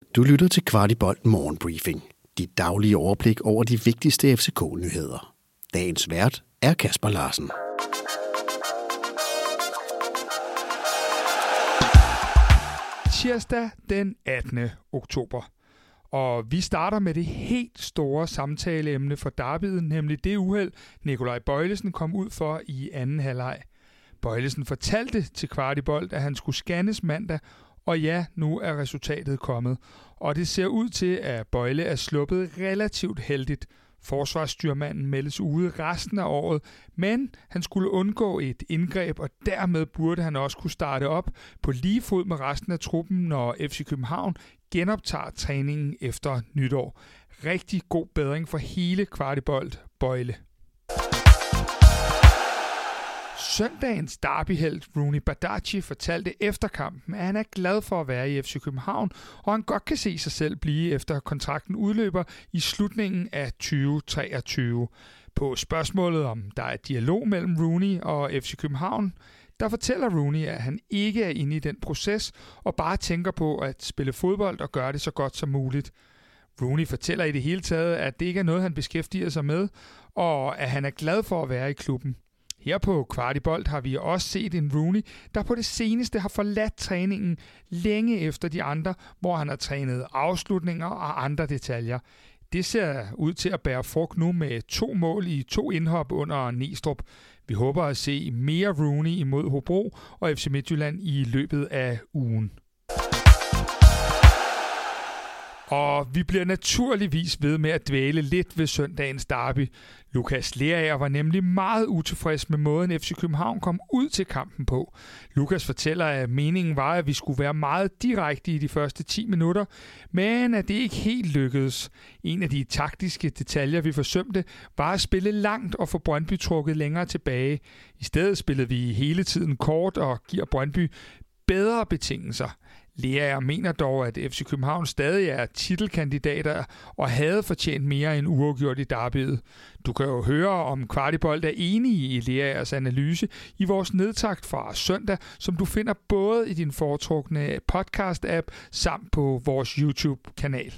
Du lytter til Kvartibolt Morgenbriefing. Dit daglige overblik over de vigtigste FCK-nyheder. Dagens vært er Kasper Larsen. Tirsdag den 18. oktober. Og vi starter med det helt store samtaleemne for derbyet, nemlig det uheld, Nikolaj Bøjlesen kom ud for i anden halvleg. Bøjlesen fortalte til Kvartibolt, at han skulle scannes mandag, og ja, nu er resultatet kommet. Og det ser ud til, at Bøjle er sluppet relativt heldigt. Forsvarsstyrmanden meldes ude resten af året, men han skulle undgå et indgreb, og dermed burde han også kunne starte op på lige fod med resten af truppen, når FC København genoptager træningen efter nytår. Rigtig god bedring for hele Kvartibolt Bøjle. Søndagens derbyhelt Rooney Badaji fortalte efter kampen, at han er glad for at være i FC København, og han godt kan se sig selv blive efter kontrakten udløber i slutningen af 2023. På spørgsmålet om der er dialog mellem Rooney og FC København, der fortæller Rooney, at han ikke er inde i den proces og bare tænker på at spille fodbold og gøre det så godt som muligt. Rooney fortæller i det hele taget, at det ikke er noget, han beskæftiger sig med, og at han er glad for at være i klubben. Her på Kvartibolt har vi også set en Rooney, der på det seneste har forladt træningen længe efter de andre, hvor han har trænet afslutninger og andre detaljer. Det ser ud til at bære frugt nu med 2 mål i 2 indhop under Næstrup. Vi håber at se mere Rooney imod Hobro og FC Midtjylland i løbet af ugen. Og vi bliver naturligvis ved med at dvæle lidt ved søndagens derby. Lukas Lerager var nemlig meget utilfreds med måden FC København kom ud til kampen på. Lukas fortæller, at meningen var, at vi skulle være meget direkte i de første 10 minutter, men at det ikke helt lykkedes. En af de taktiske detaljer, vi forsømte, var at spille langt og få Brøndby trukket længere tilbage. I stedet spillede vi hele tiden kort og giver Brøndby bedre betingelser. Lerager mener dog, at FC København stadig er titelkandidater og havde fortjent mere end uafgjort i derbyet. Du kan jo høre, om Kvartibolt er enige i Leragers analyse i vores nedtakt fra søndag, som du finder både i din foretrukne podcast-app samt på vores YouTube-kanal.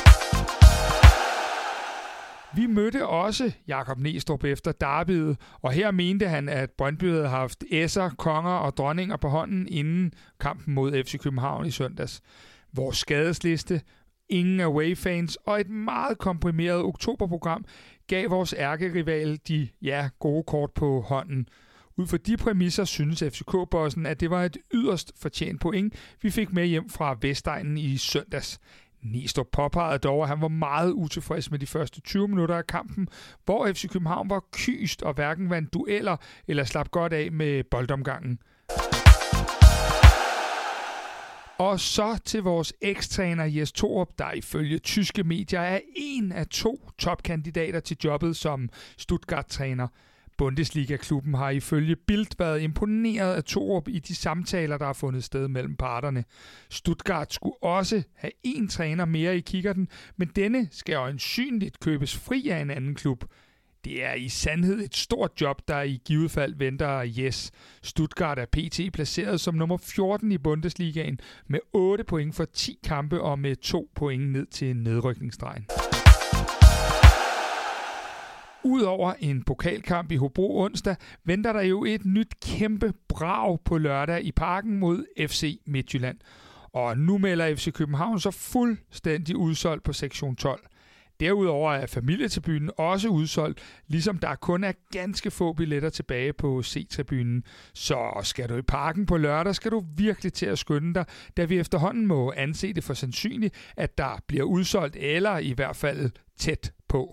Vi mødte også Jakob Næstrup efter derbyet, og her mente han, at Brøndby havde haft esser, konger og dronninger på hånden inden kampen mod FC København i søndags. Vores skadesliste, ingen away-fans og et meget komprimeret oktoberprogram gav vores ærkerival de gode kort på hånden. Ud fra de præmisser synes FCK-bossen, at det var et yderst fortjent point, vi fik med hjem fra Vestegnen i søndags. Næstrup påpegede dog, at han var meget utilfreds med de første 20 minutter af kampen, hvor FC København var kyst og hverken vandt dueller eller slap godt af med boldomgangen. Og så til vores ekstræner Jes Torup, der ifølge tyske medier er en af 2 topkandidater til jobbet som Stuttgart-træner. Bundesliga-klubben har ifølge Bild været imponeret af Torup i de samtaler, der har fundet sted mellem parterne. Stuttgart skulle også have 1 træner mere i kikkerten, men denne skal øjensynligt købes fri af en anden klub. Det er i sandhed et stort job, der i givet fald venter Jes. Stuttgart er pt. Placeret som nummer 14 i Bundesligaen med 8 point for 10 kampe og med 2 point ned til nedrykningsstregen. Udover en pokalkamp i Hobro onsdag, venter der jo et nyt kæmpe brag på lørdag i Parken mod FC Midtjylland. Og nu melder FC København så fuldstændig udsolgt på sektion 12. Derudover er familietribunen også udsolgt, ligesom der kun er ganske få billetter tilbage på C-tribunen. Så skal du i Parken på lørdag, skal du virkelig til at skynde dig, da vi efterhånden må anse det for sandsynligt, at der bliver udsolgt eller i hvert fald tæt på.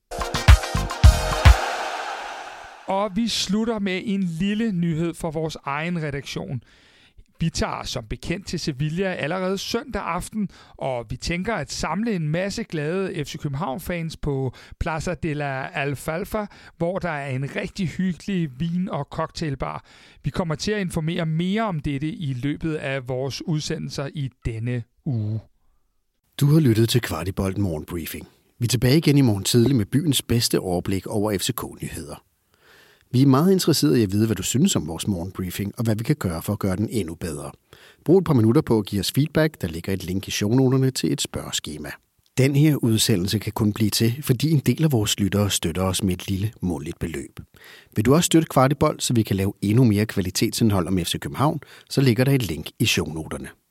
Og vi slutter med en lille nyhed fra vores egen redaktion. Vi tager som bekendt til Sevilla allerede søndag aften, og vi tænker at samle en masse glade FC København-fans på Plaza de la Alfalfa, hvor der er en rigtig hyggelig vin- og cocktailbar. Vi kommer til at informere mere om dette i løbet af vores udsendelser i denne uge. Du har lyttet til Kvartibolt Morgenbriefing. Vi er tilbage igen i morgen tidlig med byens bedste overblik over FCK-nyheder. Vi er meget interesserede i at vide, hvad du synes om vores morgenbriefing, og hvad vi kan gøre for at gøre den endnu bedre. Brug et par minutter på at give os feedback. Der ligger et link i shownoterne til et spørgeskema. Den her udsendelse kan kun blive til, fordi en del af vores lyttere støtter os med et lille månedligt beløb. Vil du også støtte Kvartibold, så vi kan lave endnu mere kvalitetsindhold om FC København, så ligger der et link i shownoterne.